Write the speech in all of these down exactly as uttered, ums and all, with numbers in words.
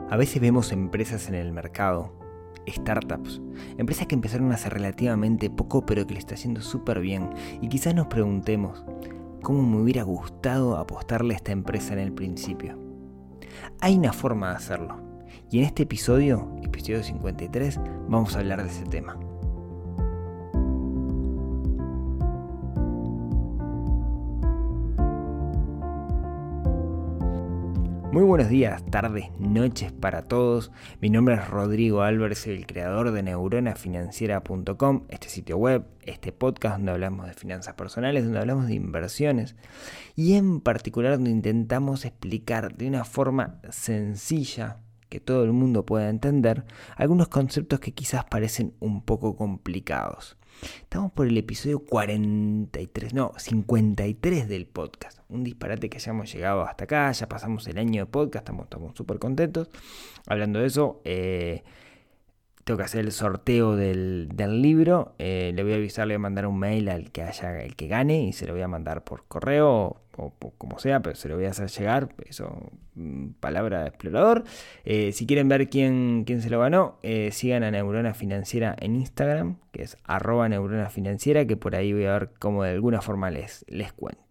A veces vemos empresas en el mercado, startups, empresas que empezaron hace relativamente poco pero que le está yendo súper bien, y quizás nos preguntemos, ¿cómo me hubiera gustado apostarle a esta empresa en el principio? Hay una forma de hacerlo, y en este episodio, episodio cincuenta y tres, vamos a hablar de ese tema. Muy buenos días, tardes, noches para todos. Mi nombre es Rodrigo Álvarez, soy el creador de neurona financiera punto com, este sitio web, este podcast donde hablamos de finanzas personales, donde hablamos de inversiones y en particular donde intentamos explicar de una forma sencilla que todo el mundo pueda entender algunos conceptos que quizás parecen un poco complicados. Estamos por el episodio cuarenta y tres, no, cincuenta y tres del podcast. Un disparate que ya hemos llegado hasta acá, ya pasamos el año de podcast, estamos súper contentos. Hablando de eso, eh, tengo que hacer el sorteo del, del libro. Eh, le voy a avisar, le voy a mandar un mail al que haya, el que gane y se lo voy a mandar por correo o, o, o como sea, pero se lo voy a hacer llegar. Eso, palabra de explorador. Eh, si quieren ver quién, quién se lo ganó, eh, sigan a Neurona Financiera en Instagram, que es arroba neurona financiera, que por ahí voy a ver cómo de alguna forma les, les cuento.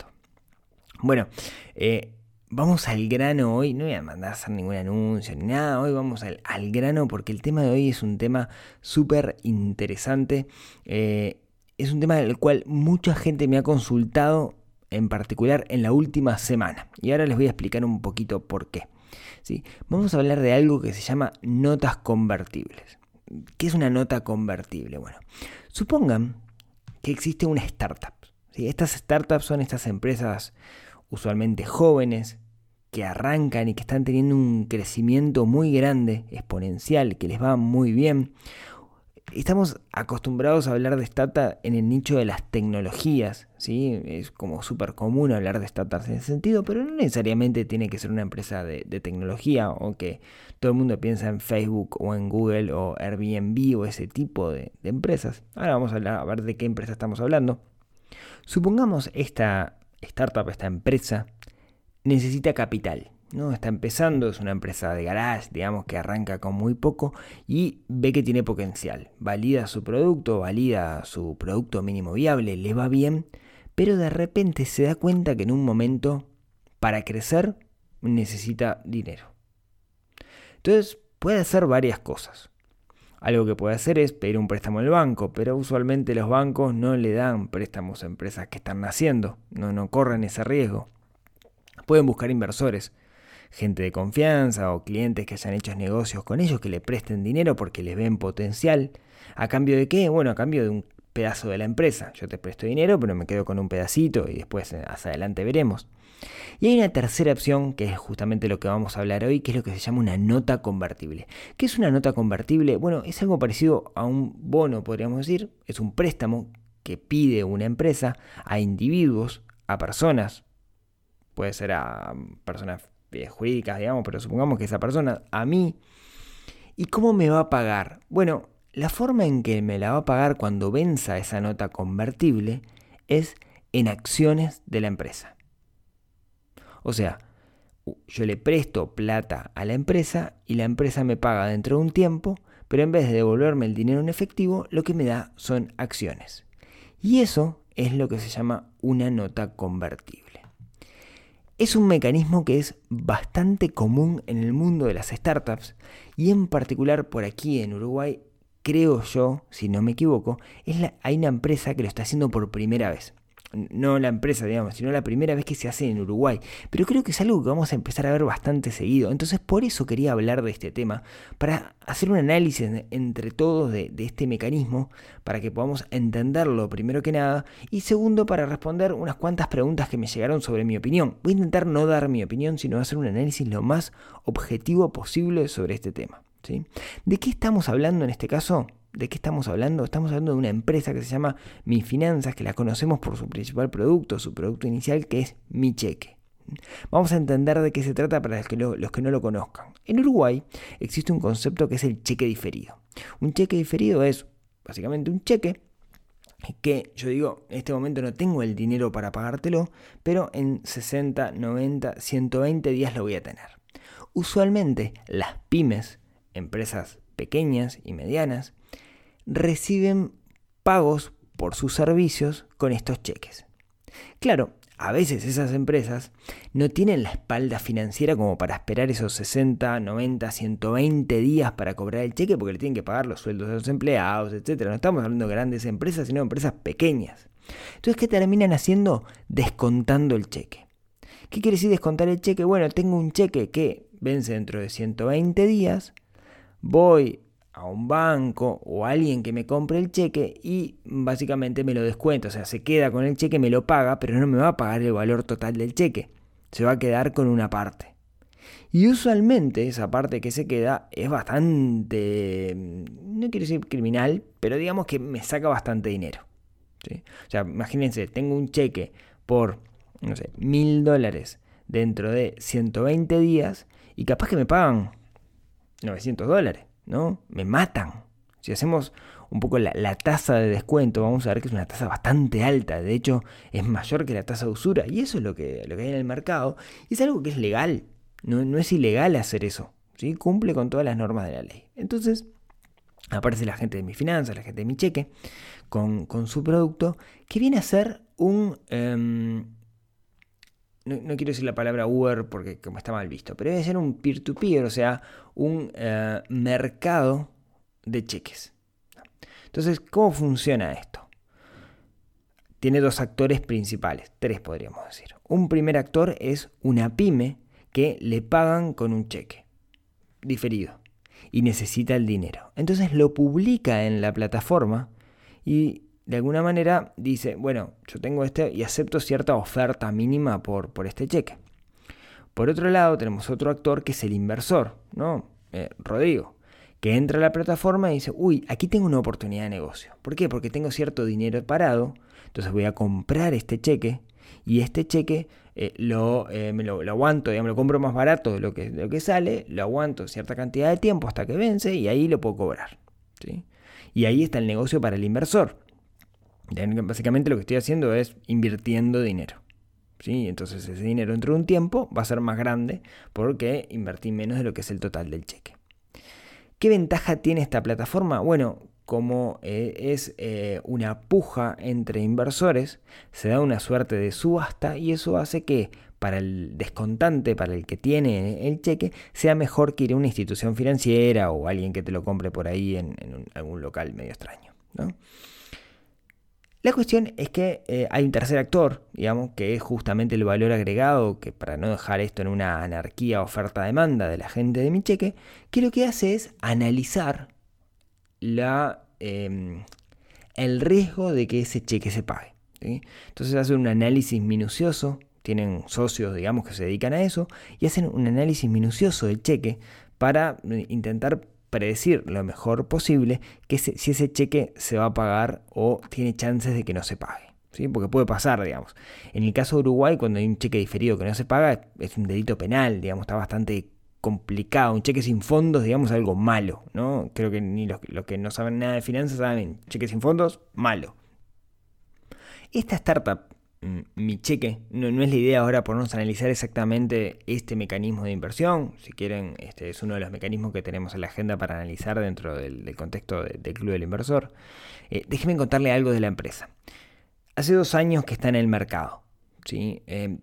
Bueno, eh, vamos al grano hoy. No voy a mandar a hacer ningún anuncio ni nada. Hoy vamos al, al grano porque el tema de hoy es un tema súper interesante. Eh, es un tema del cual mucha gente me ha consultado, en particular en la última semana. Y ahora les voy a explicar un poquito por qué. ¿Sí? Vamos a hablar de algo que se llama notas convertibles. ¿Qué es una nota convertible? Bueno, supongan que existe una startup. ¿Sí? Estas startups son estas empresas usualmente jóvenes que arrancan y que están teniendo un crecimiento muy grande, exponencial, que les va muy bien. Estamos acostumbrados a hablar de startups en el nicho de las tecnologías, ¿sí? Es como súper común hablar de startups en ese sentido, pero no necesariamente tiene que ser una empresa de, de tecnología o que todo el mundo piensa en Facebook o en Google o Airbnb o ese tipo de, de empresas. Ahora vamos a, hablar, a ver de qué empresa estamos hablando. Supongamos esta startup, esta empresa, necesita capital, ¿no? Está empezando, es una empresa de garage, digamos, que arranca con muy poco y ve que tiene potencial. Valida su producto, valida su producto mínimo viable, le va bien, pero de repente se da cuenta que en un momento, para crecer, necesita dinero. Entonces, puede hacer varias cosas. Algo que puede hacer es pedir un préstamo al banco, pero usualmente los bancos no le dan préstamos a empresas que están naciendo, no, no corren ese riesgo. Pueden buscar inversores, gente de confianza o clientes que hayan hecho negocios con ellos que le presten dinero porque les ven potencial. ¿A cambio de qué? Bueno, a cambio de un pedazo de la empresa. Yo te presto dinero, pero me quedo con un pedacito y después hacia adelante veremos. Y hay una tercera opción que es justamente lo que vamos a hablar hoy, que es lo que se llama una nota convertible. ¿Qué es una nota convertible? Bueno, es algo parecido a un bono, podríamos decir. Es un préstamo que pide una empresa a individuos, a personas. Puede ser a personas jurídicas, digamos, pero supongamos que esa persona, a mí. ¿Y cómo me va a pagar? Bueno, la forma en que me la va a pagar cuando venza esa nota convertible es en acciones de la empresa. O sea, yo le presto plata a la empresa y la empresa me paga dentro de un tiempo, pero en vez de devolverme el dinero en efectivo, lo que me da son acciones. Y eso es lo que se llama una nota convertible. Es un mecanismo que es bastante común en el mundo de las startups y en particular por aquí en Uruguay, creo yo, si no me equivoco, es la, hay una empresa que lo está haciendo por primera vez. No la empresa, digamos, sino la primera vez que se hace en Uruguay. Pero creo que es algo que vamos a empezar a ver bastante seguido. Entonces por eso quería hablar de este tema, para hacer un análisis entre todos de, de este mecanismo, para que podamos entenderlo primero que nada, y segundo para responder unas cuantas preguntas que me llegaron sobre mi opinión. Voy a intentar no dar mi opinión, sino hacer un análisis lo más objetivo posible sobre este tema, ¿sí? ¿De qué estamos hablando en este caso? ¿De qué estamos hablando? Estamos hablando de una empresa que se llama Mi Finanzas, que la conocemos por su principal producto, su producto inicial, que es Mi Cheque. Vamos a entender de qué se trata para los que, lo, los que no lo conozcan. En Uruguay existe un concepto que es el cheque diferido. Un cheque diferido es básicamente un cheque que yo digo, en este momento no tengo el dinero para pagártelo, pero en sesenta, noventa, ciento veinte días lo voy a tener. usualmente las pymes, empresas pequeñas y medianas, reciben pagos por sus servicios con estos cheques. Claro, a veces esas empresas no tienen la espalda financiera como para esperar esos sesenta, noventa, ciento veinte días para cobrar el cheque porque le tienen que pagar los sueldos de los empleados, etcétera. No estamos hablando de grandes empresas, sino de empresas pequeñas. Entonces, ¿qué terminan haciendo? Descontando el cheque. ¿Qué quiere decir descontar el cheque? Bueno, tengo un cheque que vence dentro de ciento veinte días, voy a un banco o a alguien que me compre el cheque y básicamente me lo descuenta, o sea, se queda con el cheque, me lo paga, pero no me va a pagar el valor total del cheque, se va a quedar con una parte. Y usualmente esa parte que se queda es bastante, no quiero decir criminal, pero digamos que me saca bastante dinero, ¿sí? O sea, imagínense, tengo un cheque por, no sé, mil dólares dentro de ciento veinte días y capaz que me pagan novecientos dólares. ¿No? Me matan. Si hacemos un poco la, la tasa de descuento, vamos a ver que es una tasa bastante alta. De hecho, es mayor que la tasa de usura. Y eso es lo que, lo que hay en el mercado. Y es algo que es legal. No, no es ilegal hacer eso, ¿sí? Cumple con todas las normas de la ley. Entonces, aparece la gente de mi finanza, la gente de mi cheque, con, con su producto, que viene a ser un... Um, No, no quiero decir la palabra Uber porque como está mal visto, pero debe ser un peer-to-peer, o sea, un uh, mercado de cheques. Entonces, ¿cómo funciona esto? Tiene dos actores principales, tres podríamos decir. Un primer actor es una pyme que le pagan con un cheque diferido y necesita el dinero. Entonces lo publica en la plataforma y de alguna manera dice, bueno, yo tengo este y acepto cierta oferta mínima por, por este cheque. Por otro lado, tenemos otro actor que es el inversor, ¿no? Eh, Rodrigo, que entra a la plataforma y dice, uy, aquí tengo una oportunidad de negocio. ¿Por qué? Porque tengo cierto dinero parado, entonces voy a comprar este cheque y este cheque eh, lo, eh, me lo, lo aguanto, digamos, lo compro más barato de lo que, de lo que sale, lo aguanto cierta cantidad de tiempo hasta que vence y ahí lo puedo cobrar, ¿sí? Y ahí está el negocio para el inversor. Básicamente lo que estoy haciendo es invirtiendo dinero, ¿sí? Entonces ese dinero dentro de un tiempo va a ser más grande porque invertí menos de lo que es el total del cheque. ¿Qué ventaja tiene esta plataforma? Bueno, como eh, es eh, una puja entre inversores, se da una suerte de subasta y eso hace que para el descontante, para el que tiene el cheque, sea mejor que ir a una institución financiera o alguien que te lo compre por ahí en, en un, algún local medio extraño, ¿no? La cuestión es que eh, hay un tercer actor, digamos, que es justamente el valor agregado, que para no dejar esto en una anarquía oferta-demanda de la gente de mi cheque, que lo que hace es analizar la, eh, el riesgo de que ese cheque se pague, ¿sí? Entonces hacen un análisis minucioso, tienen socios, digamos, que se dedican a eso, y hacen un análisis minucioso del cheque para intentar predecir lo mejor posible que se, si ese cheque se va a pagar o tiene chances de que no se pague, ¿sí? Porque puede pasar, digamos. En el caso de Uruguay, cuando hay un cheque diferido que no se paga, es un delito penal, digamos, está bastante complicado. Un cheque sin fondos, digamos, algo malo, ¿no? Creo que ni los, los que no saben nada de finanzas saben, cheque sin fondos, malo. Esta startup, Mi Cheque, no, no es la idea ahora ponernos a analizar exactamente este mecanismo de inversión. Si quieren, este es uno de los mecanismos que tenemos en la agenda para analizar dentro del, del contexto de, del Club del Inversor. Eh, déjenme contarle algo de la empresa. Hace dos años que está en el mercado, ¿sí? Eh,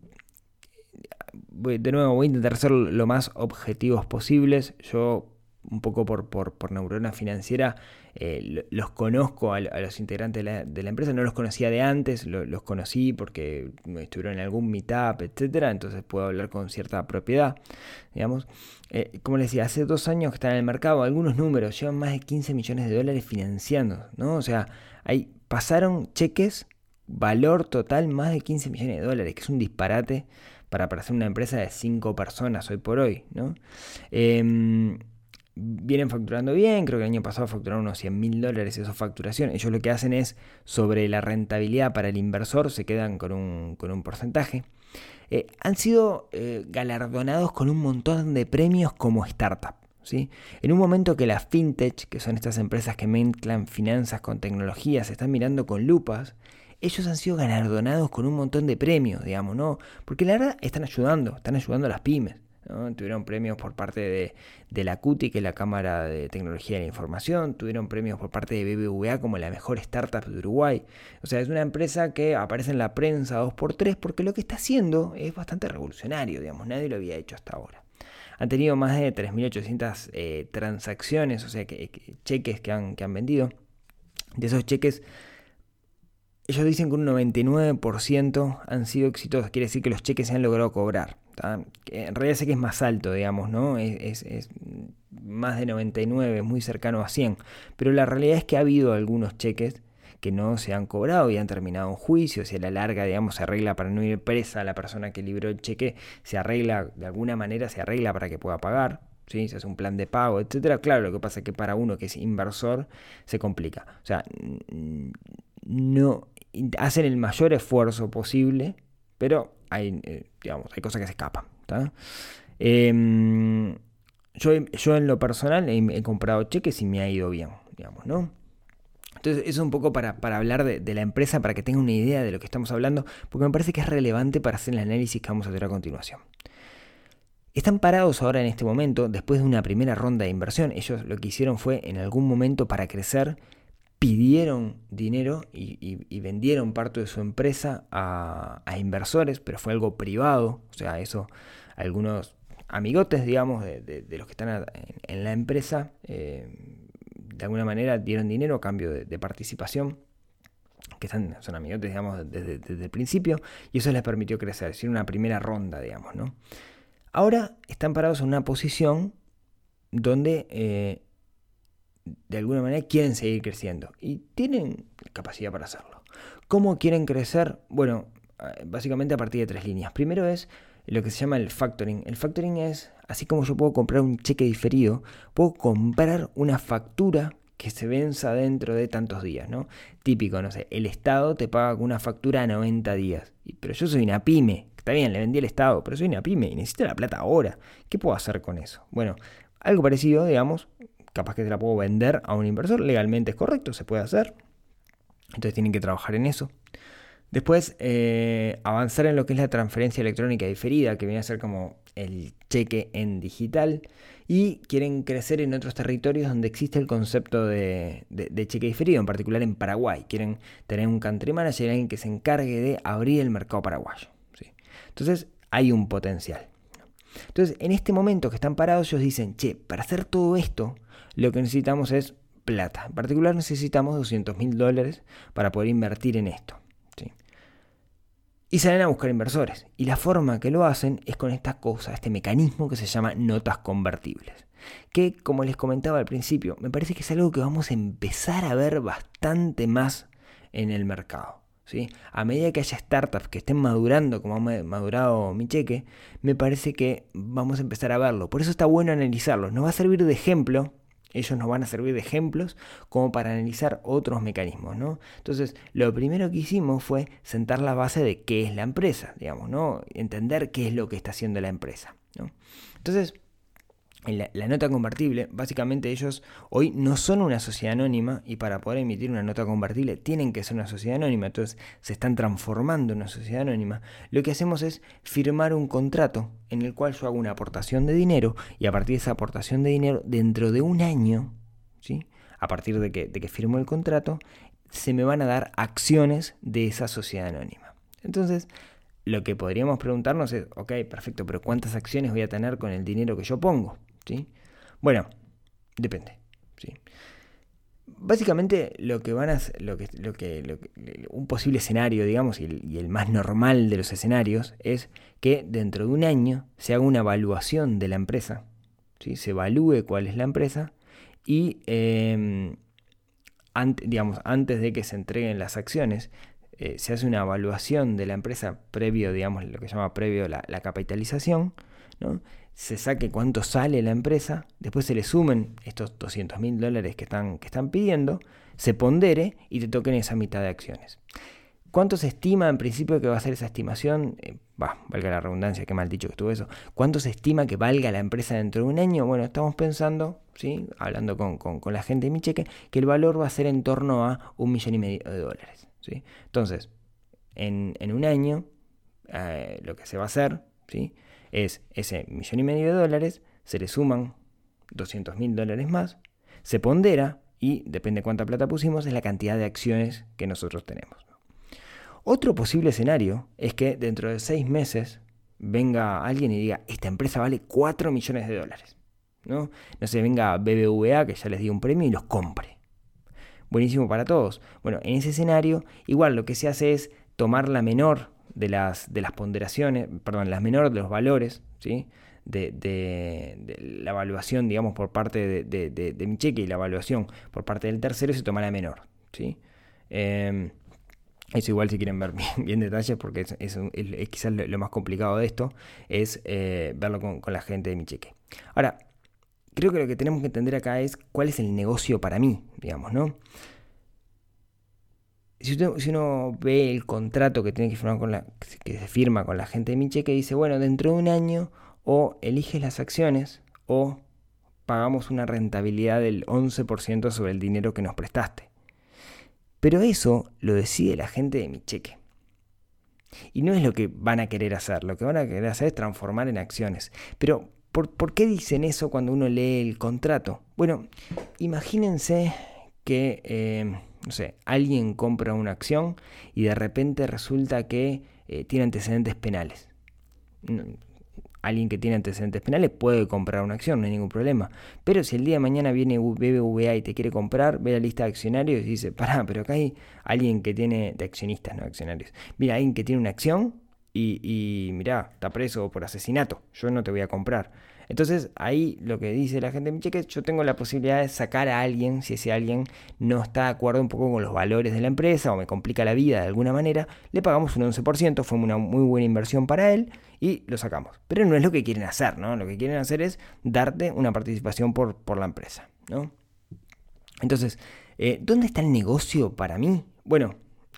voy, de nuevo, voy a intentar ser lo más objetivos posibles. Yo, un poco por, por, por neurona financiera, eh, los conozco a, a los integrantes de la, de la empresa, no los conocía de antes, lo, los conocí porque estuvieron en algún meetup, etcétera, entonces puedo hablar con cierta propiedad, digamos. Eh, como les decía, hace dos años que están en el mercado, algunos números, llevan más de quince millones de dólares financiando, ¿no? O sea, ahí pasaron cheques, valor total más de quince millones de dólares, que es un disparate para, para hacer una empresa de cinco personas hoy por hoy, ¿no? Eh, Vienen facturando bien, creo que el año pasado facturaron unos cien mil dólares esa facturación. Ellos lo que hacen es, sobre la rentabilidad para el inversor, se quedan con un, con un porcentaje. Eh, han sido eh, galardonados con un montón de premios como startup, ¿sí? En un momento que las fintech, que son estas empresas que mezclan finanzas con tecnología, se están mirando con lupas, ellos han sido galardonados con un montón de premios, digamos, ¿no? Porque la verdad están ayudando, están ayudando a las pymes. ¿no? Tuvieron premios por parte de, de la C U T I, que es la Cámara de Tecnología de la Información. Tuvieron premios por parte de B B V A como la mejor startup de Uruguay. O sea, es una empresa que aparece en la prensa dos por tres porque lo que está haciendo es bastante revolucionario, digamos. Nadie lo había hecho hasta ahora. Han tenido más de tres mil ochocientas eh, transacciones, o sea, que, que, cheques que han, que han vendido. De esos cheques, ellos dicen que un noventa y nueve por ciento han sido exitosos. Quiere decir que los cheques se han logrado cobrar. ¿Tá? En realidad sé que es más alto, digamos, ¿no? Es, es, es más de noventa y nueve, muy cercano a cien. Pero la realidad es que ha habido algunos cheques que no se han cobrado y han terminado en juicio. Si a la larga, digamos, se arregla para no ir presa a la persona que libró el cheque, se arregla, de alguna manera se arregla para que pueda pagar, ¿sí? Se hace un plan de pago, etcétera. Claro, lo que pasa es que para uno que es inversor se complica. O sea, no hacen el mayor esfuerzo posible, pero hay, eh, digamos, hay cosas que se escapan, ¿tá? Eh, yo, yo en lo personal he, he comprado cheques y me ha ido bien, digamos, ¿no? Entonces eso es un poco para, para hablar de, de la empresa, para que tengan una idea de lo que estamos hablando, porque me parece que es relevante para hacer el análisis que vamos a hacer a continuación. Están parados ahora en este momento, después de una primera ronda de inversión. Ellos lo que hicieron fue, en algún momento para crecer, pidieron dinero y, y, y vendieron parte de su empresa a, a inversores, pero fue algo privado. O sea, eso, algunos amigotes, digamos, de, de, de los que están a, en, en la empresa, eh, de alguna manera dieron dinero a cambio de, de participación, que están, son amigotes, digamos, desde, desde el principio, y eso les permitió crecer, es decir, una primera ronda, digamos, ¿no? Ahora están parados en una posición donde eh, de alguna manera quieren seguir creciendo y tienen capacidad para hacerlo. ¿Cómo quieren crecer? Bueno, básicamente a partir de tres líneas. Primero es lo que se llama el factoring. El factoring es, así como yo puedo comprar un cheque diferido, puedo comprar una factura que se venza dentro de tantos días, ¿no? Típico, no sé, el Estado te paga con una factura a noventa días. Pero yo soy una pyme, está bien, le vendí al Estado, pero soy una pyme y necesito la plata ahora. ¿Qué puedo hacer con eso? Bueno, algo parecido, digamos, capaz que te la puedo vender a un inversor, legalmente es correcto, se puede hacer. Entonces tienen que trabajar en eso. Después, eh, avanzar en lo que es la transferencia electrónica diferida, que viene a ser como el cheque en digital. Y quieren crecer en otros territorios donde existe el concepto de, de, de cheque diferido, en particular en Paraguay. Quieren tener un country manager, alguien que se encargue de abrir el mercado paraguayo, ¿sí? Entonces, hay un potencial. Entonces, en este momento que están parados, ellos dicen, che, para hacer todo esto, lo que necesitamos es plata. En particular, necesitamos doscientos mil dólares para poder invertir en esto. Y salen a buscar inversores. Y la forma que lo hacen es con esta cosa, este mecanismo que se llama notas convertibles. Que, como les comentaba al principio, me parece que es algo que vamos a empezar a ver bastante más en el mercado, ¿sí? A medida que haya startups que estén madurando como ha madurado mi cheque, me parece que vamos a empezar a verlo. Por eso está bueno analizarlos. Nos va a servir de ejemplo. Ellos nos van a servir de ejemplos como para analizar otros mecanismos, ¿no? Entonces, lo primero que hicimos fue sentar la base de qué es la empresa, digamos, ¿no? Entender qué es lo que está haciendo la empresa, ¿no? Entonces, en la, la nota convertible, básicamente ellos hoy no son una sociedad anónima y para poder emitir una nota convertible tienen que ser una sociedad anónima, entonces se están transformando en una sociedad anónima. Lo que hacemos es firmar un contrato en el cual yo hago una aportación de dinero y a partir de esa aportación de dinero, dentro de un año, ¿sí? A partir de que, de que firmo el contrato, se me van a dar acciones de esa sociedad anónima. Entonces, lo que podríamos preguntarnos es, ok, perfecto, pero ¿cuántas acciones voy a tener con el dinero que yo pongo? ¿Sí? Bueno, depende, ¿sí? Básicamente lo que van a lo que, lo que, lo que un posible escenario, digamos, y el, y el más normal de los escenarios es que dentro de un año se haga una evaluación de la empresa, ¿sí? Se evalúe cuál es la empresa y eh, ante, digamos, antes de que se entreguen las acciones, eh, se hace una evaluación de la empresa previo, digamos, lo que se llama previo la, la capitalización, ¿no? Se saque cuánto sale la empresa, después se le sumen estos doscientos mil dólares que están, que están pidiendo, se pondere y te toquen esa mitad de acciones. ¿Cuánto se estima en principio que va a ser esa estimación? Eh, bah, valga la redundancia, qué mal dicho que estuvo eso. ¿Cuánto se estima que valga la empresa dentro de un año? Bueno, estamos pensando, ¿sí? Hablando con, con, con la gente de mi cheque, que el valor va a ser en torno a un millón y medio de dólares, ¿sí? Entonces, en, en un año, eh, lo que se va a hacer, ¿sí? es ese millón y medio de dólares, se le suman doscientos mil dólares más, se pondera y depende cuánta plata pusimos, es la cantidad de acciones que nosotros tenemos. Otro posible escenario es que dentro de seis meses venga alguien y diga, esta empresa vale cuatro millones de dólares. ¿No? No sé, venga B B V A, que ya les dio un premio, y los compre. Buenísimo para todos. Bueno, en ese escenario, igual lo que se hace es tomar la menor de las, de las ponderaciones, perdón, la menor de los valores, ¿sí? De, de, de la evaluación, digamos, por parte de, de, de, de mi cheque y la evaluación por parte del tercero se toma la menor, ¿sí? Eh, Eso igual si quieren ver bien, bien detalles, porque es, es, es, es quizás lo, lo más complicado de esto, es eh, verlo con, con la gente de mi cheque. Ahora, creo que lo que tenemos que entender acá es cuál es el negocio para mí, digamos, ¿no? Si, usted, si uno ve el contrato que tiene que firmar con la, que se firma con la gente de mi cheque, dice, bueno, dentro de un año o eliges las acciones o pagamos una rentabilidad del once por ciento sobre el dinero que nos prestaste. Pero eso lo decide la gente de mi cheque. Y no es lo que van a querer hacer. Lo que van a querer hacer es transformar en acciones. Pero, ¿por, ¿por qué dicen eso cuando uno lee el contrato? Bueno, imagínense que, eh, no sé, alguien compra una acción y de repente resulta que eh, tiene antecedentes penales. No, Alguien que tiene antecedentes penales puede comprar una acción, no hay ningún problema. Pero si el día de mañana viene B B V A y te quiere comprar, ve la lista de accionarios y dice, pará, pero acá hay alguien que tiene, de accionistas, no accionarios. Mira, alguien que tiene una acción y, y mirá, está preso por asesinato, yo no te voy a comprar. Entonces ahí lo que dice la gente de mi cheque es, yo tengo la posibilidad de sacar a alguien, si ese alguien no está de acuerdo un poco con los valores de la empresa o me complica la vida de alguna manera, le pagamos un once por ciento, fue una muy buena inversión para él y lo sacamos. Pero no es lo que quieren hacer, ¿no? Lo que quieren hacer es darte una participación por, por la empresa, ¿no? Entonces, eh, ¿dónde está el negocio para mí? Bueno,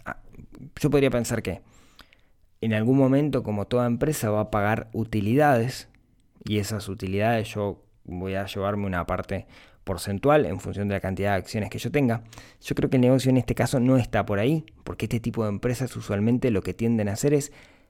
yo podría pensar que en algún momento, como toda empresa, va a pagar utilidades. Y esas utilidades yo voy a llevarme una parte porcentual en función de la cantidad de acciones que yo tenga. Yo creo que el negocio en este caso no está por ahí, porque este tipo de empresas usualmente lo que tienden a hacer es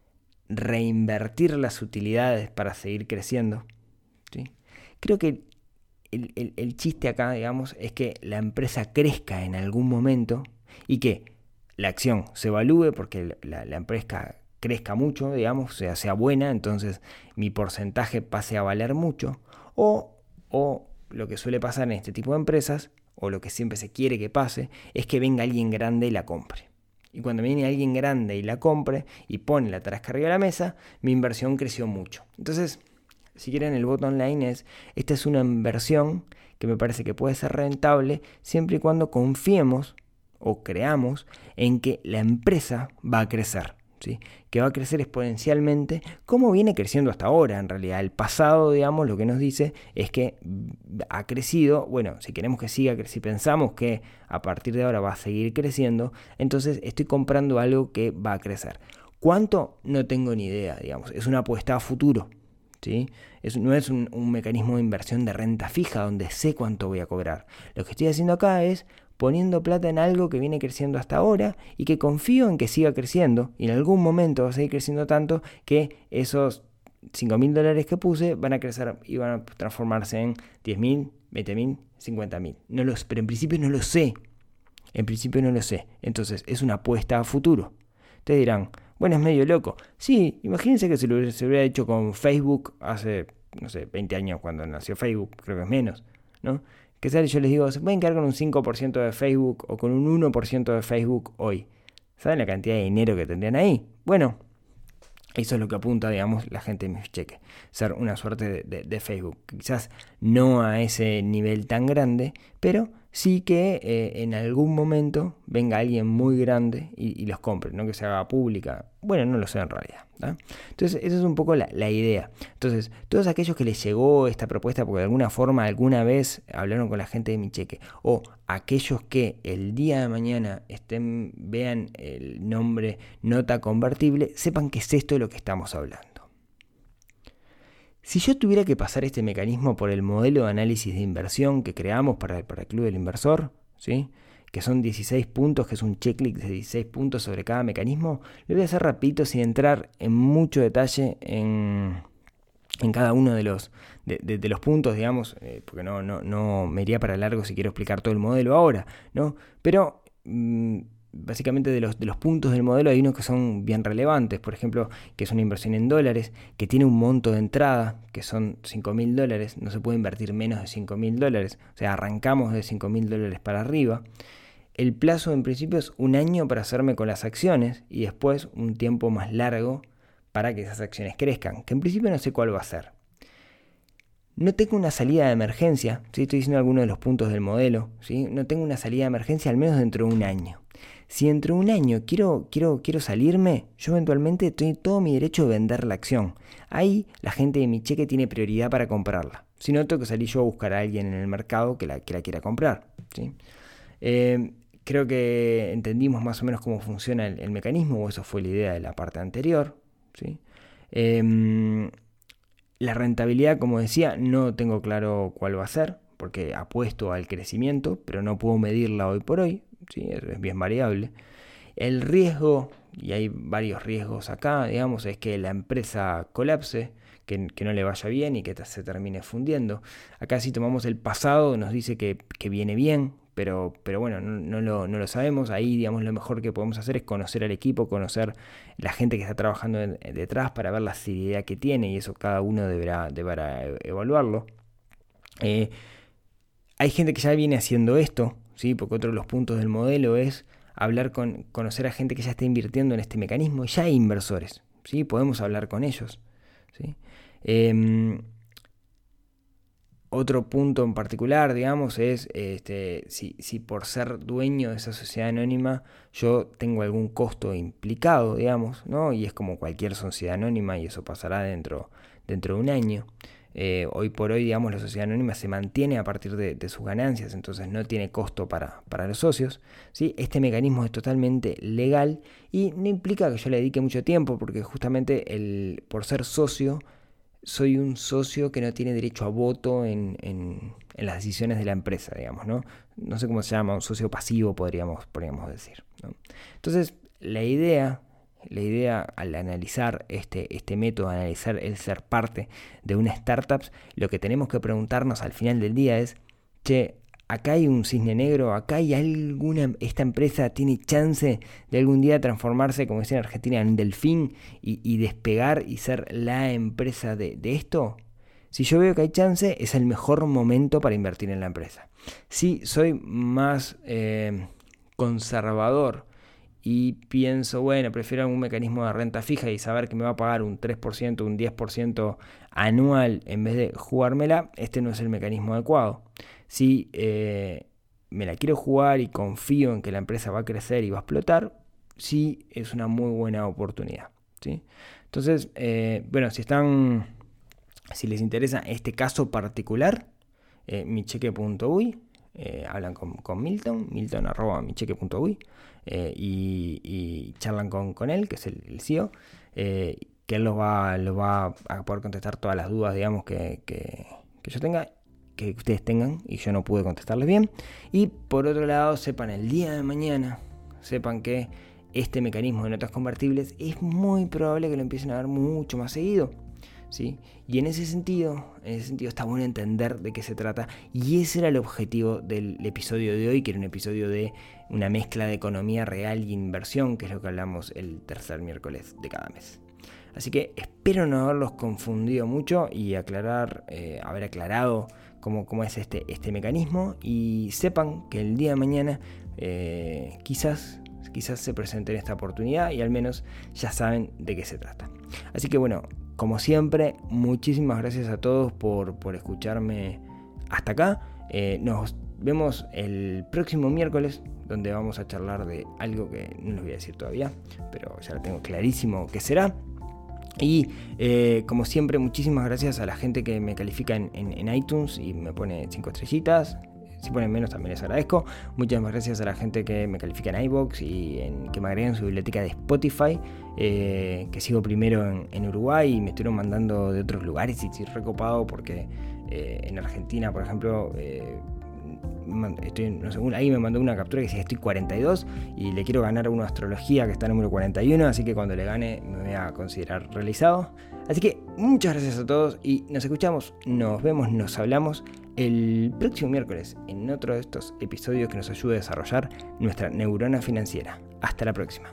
reinvertir las utilidades para seguir creciendo, ¿sí? Creo que el, el, el chiste acá, digamos, es que la empresa crezca en algún momento y que la acción se evalúe porque la, la empresa crezca mucho, digamos, o sea, sea buena, entonces mi porcentaje pase a valer mucho, o, o lo que suele pasar en este tipo de empresas, o lo que siempre se quiere que pase, es que venga alguien grande y la compre. Y cuando viene alguien grande y la compre y pone la tarasca arriba de la mesa, mi inversión creció mucho. Entonces, si quieren, el bottom line es, esta es una inversión que me parece que puede ser rentable siempre y cuando confiemos o creamos en que la empresa va a crecer. ¿Sí? Que va a crecer exponencialmente como viene creciendo hasta ahora. En realidad el pasado, digamos, lo que nos dice es que ha crecido. Bueno, si queremos que siga creciendo, si pensamos que a partir de ahora va a seguir creciendo, entonces estoy comprando algo que va a crecer. ¿Cuánto? No tengo ni idea, digamos, es una apuesta a futuro, ¿sí? Es, no es un, un mecanismo de inversión de renta fija donde sé cuánto voy a cobrar. Lo que estoy haciendo acá es poniendo plata en algo que viene creciendo hasta ahora y que confío en que siga creciendo y en algún momento va a seguir creciendo tanto que esos cinco mil dólares que puse van a crecer y van a transformarse en diez mil, veinte mil, cincuenta mil. No los, pero en principio no lo sé. En principio no lo sé. Entonces es una apuesta a futuro. Ustedes dirán, bueno, es medio loco. Sí, imagínense que se lo se hubiera hecho con Facebook hace, no sé, veinte años cuando nació Facebook, creo que es menos, ¿no? Que sale, yo les digo, se pueden quedar con un cinco por ciento de Facebook o con un uno por ciento de Facebook hoy. ¿Saben la cantidad de dinero que tendrían ahí? Bueno, eso es lo que apunta, digamos, la gente de mis cheques. Ser una suerte de, de, de Facebook. Quizás no a ese nivel tan grande, pero sí que eh, en algún momento venga alguien muy grande y, y los compre, no que se haga pública. Bueno, no lo sé en realidad, ¿no? Entonces, esa es un poco la, la idea. Entonces, todos aquellos que les llegó esta propuesta porque de alguna forma, alguna vez hablaron con la gente de mi cheque, o aquellos que el día de mañana estén, vean el nombre nota convertible, sepan que es esto de lo que estamos hablando. Si yo tuviera que pasar este mecanismo por el modelo de análisis de inversión que creamos para, para el Club del Inversor, ¿sí? Que son dieciséis puntos, que es un checklist de dieciséis puntos sobre cada mecanismo, lo voy a hacer rapidito sin entrar en mucho detalle en, en cada uno de los, de, de, de los puntos, digamos, eh, porque no, no, no me iría para largo si quiero explicar todo el modelo ahora, ¿no? Pero mmm, básicamente de los, de los puntos del modelo hay unos que son bien relevantes, por ejemplo, que es una inversión en dólares, que tiene un monto de entrada, que son cinco mil dólares, no se puede invertir menos de cinco mil dólares, o sea, arrancamos de cinco mil dólares para arriba. El plazo en principio es un año para hacerme con las acciones y después un tiempo más largo para que esas acciones crezcan, que en principio no sé cuál va a ser. No tengo una salida de emergencia, ¿sí? Estoy diciendo algunos de los puntos del modelo, ¿sí? No tengo una salida de emergencia al menos dentro de un año. Si dentro de un año quiero, quiero, quiero salirme, yo eventualmente tengo todo mi derecho de vender la acción. Ahí la gente de mi cheque tiene prioridad para comprarla. Si no, tengo que salir yo a buscar a alguien en el mercado que la, que la quiera comprar, ¿sí? Eh, creo que entendimos más o menos cómo funciona el, el mecanismo, o eso fue la idea de la parte anterior, ¿sí? Eh, la rentabilidad, como decía, no tengo claro cuál va a ser, porque apuesto al crecimiento, pero no puedo medirla hoy por hoy, ¿sí? Es bien variable. El riesgo, y hay varios riesgos acá, digamos, es que la empresa colapse, que, que no le vaya bien y que se termine fundiendo. Acá si tomamos el pasado nos dice que, que viene bien, pero, pero bueno, no, no, lo, no lo sabemos. Ahí, digamos, lo mejor que podemos hacer es conocer al equipo, conocer la gente que está trabajando en, detrás para ver la seriedad que tiene, y eso cada uno deberá, deberá evaluarlo. Eh, hay gente que ya viene haciendo esto, ¿sí? Porque otro de los puntos del modelo es hablar con, conocer a gente que ya está invirtiendo en este mecanismo, y ya hay inversores, ¿sí? Podemos hablar con ellos, ¿sí? Eh, Otro punto en particular, digamos, es este, si, si por ser dueño de esa sociedad anónima yo tengo algún costo implicado, digamos, ¿no? Y es como cualquier sociedad anónima, y eso pasará dentro, dentro de un año. Eh, hoy por hoy, digamos, la sociedad anónima se mantiene a partir de, de sus ganancias, entonces no tiene costo para, para los socios, ¿sí? Este mecanismo es totalmente legal y no implica que yo le dedique mucho tiempo, porque justamente el, por ser socio, soy un socio que no tiene derecho a voto en, en, en las decisiones de la empresa, digamos, ¿no? No sé cómo se llama, un socio pasivo podríamos, podríamos decir, ¿no? Entonces, la idea, la idea al analizar este, este método, analizar el ser parte de una startup, lo que tenemos que preguntarnos al final del día es, che, acá hay un cisne negro, acá hay alguna, esta empresa tiene chance de algún día transformarse, como decía en Argentina, en delfín y, y despegar y ser la empresa de, de esto. Si yo veo que hay chance, es el mejor momento para invertir en la empresa. Si soy más eh, conservador y pienso, bueno, prefiero un mecanismo de renta fija y saber que me va a pagar un tres por ciento, un diez por ciento anual en vez de jugármela, este no es el mecanismo adecuado. Si eh, me la quiero jugar y confío en que la empresa va a crecer y va a explotar, sí es una muy buena oportunidad, ¿sí? Entonces, eh, bueno, si están, si les interesa este caso particular, eh, micheque punto uy, eh, hablan con, con Milton, milton arroba micheque punto uy, eh, y, y charlan con, con él, que es el, el C E O, eh, que él los va, los va a poder contestar todas las dudas, digamos, que, que, que yo tenga, que ustedes tengan y yo no pude contestarles bien. Y por otro lado, sepan el día de mañana, sepan que este mecanismo de notas convertibles es muy probable que lo empiecen a ver mucho más seguido, ¿sí? Y en ese sentido, en ese sentido está bueno entender de qué se trata, y ese era el objetivo del episodio de hoy, que era un episodio de una mezcla de economía real y inversión, que es lo que hablamos el tercer miércoles de cada mes. Así que espero no haberlos confundido mucho y aclarar, eh, haber aclarado cómo, cómo es este, este mecanismo, y sepan que el día de mañana eh, quizás, quizás se presente esta oportunidad y al menos ya saben de qué se trata. Así que bueno, como siempre, muchísimas gracias a todos por, por escucharme hasta acá. Eh, nos vemos el próximo miércoles, donde vamos a charlar de algo que no les voy a decir todavía, pero ya lo tengo clarísimo que será. Y eh, como siempre, muchísimas gracias a la gente que me califica en, en, en iTunes y me pone cinco estrellitas. Si ponen menos también les agradezco. Muchas gracias a la gente que me califica en iVoox y en, que me agregan su biblioteca de Spotify, eh, que sigo primero en, en Uruguay y me estuvieron mandando de otros lugares, y estoy recopado porque eh, en Argentina, por ejemplo, eh, estoy, no sé, ahí me mandó una captura que decía estoy cuarenta y dos y le quiero ganar una astrología que está número cuarenta y uno, así que cuando le gane me voy a considerar realizado. Así que Muchas gracias a todos y nos escuchamos, nos vemos, nos hablamos el próximo miércoles en otro de estos episodios que nos ayude a desarrollar nuestra neurona financiera. Hasta la próxima.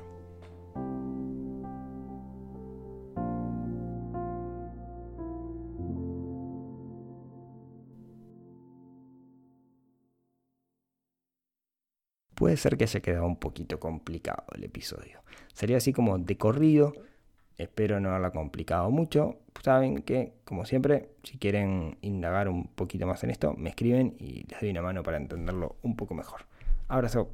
Puede ser que haya quedado un poquito complicado el episodio. Sería así como de corrido. Espero no haberla complicado mucho. Saben que, como siempre, si quieren indagar un poquito más en esto, me escriben y les doy una mano para entenderlo un poco mejor. Abrazo.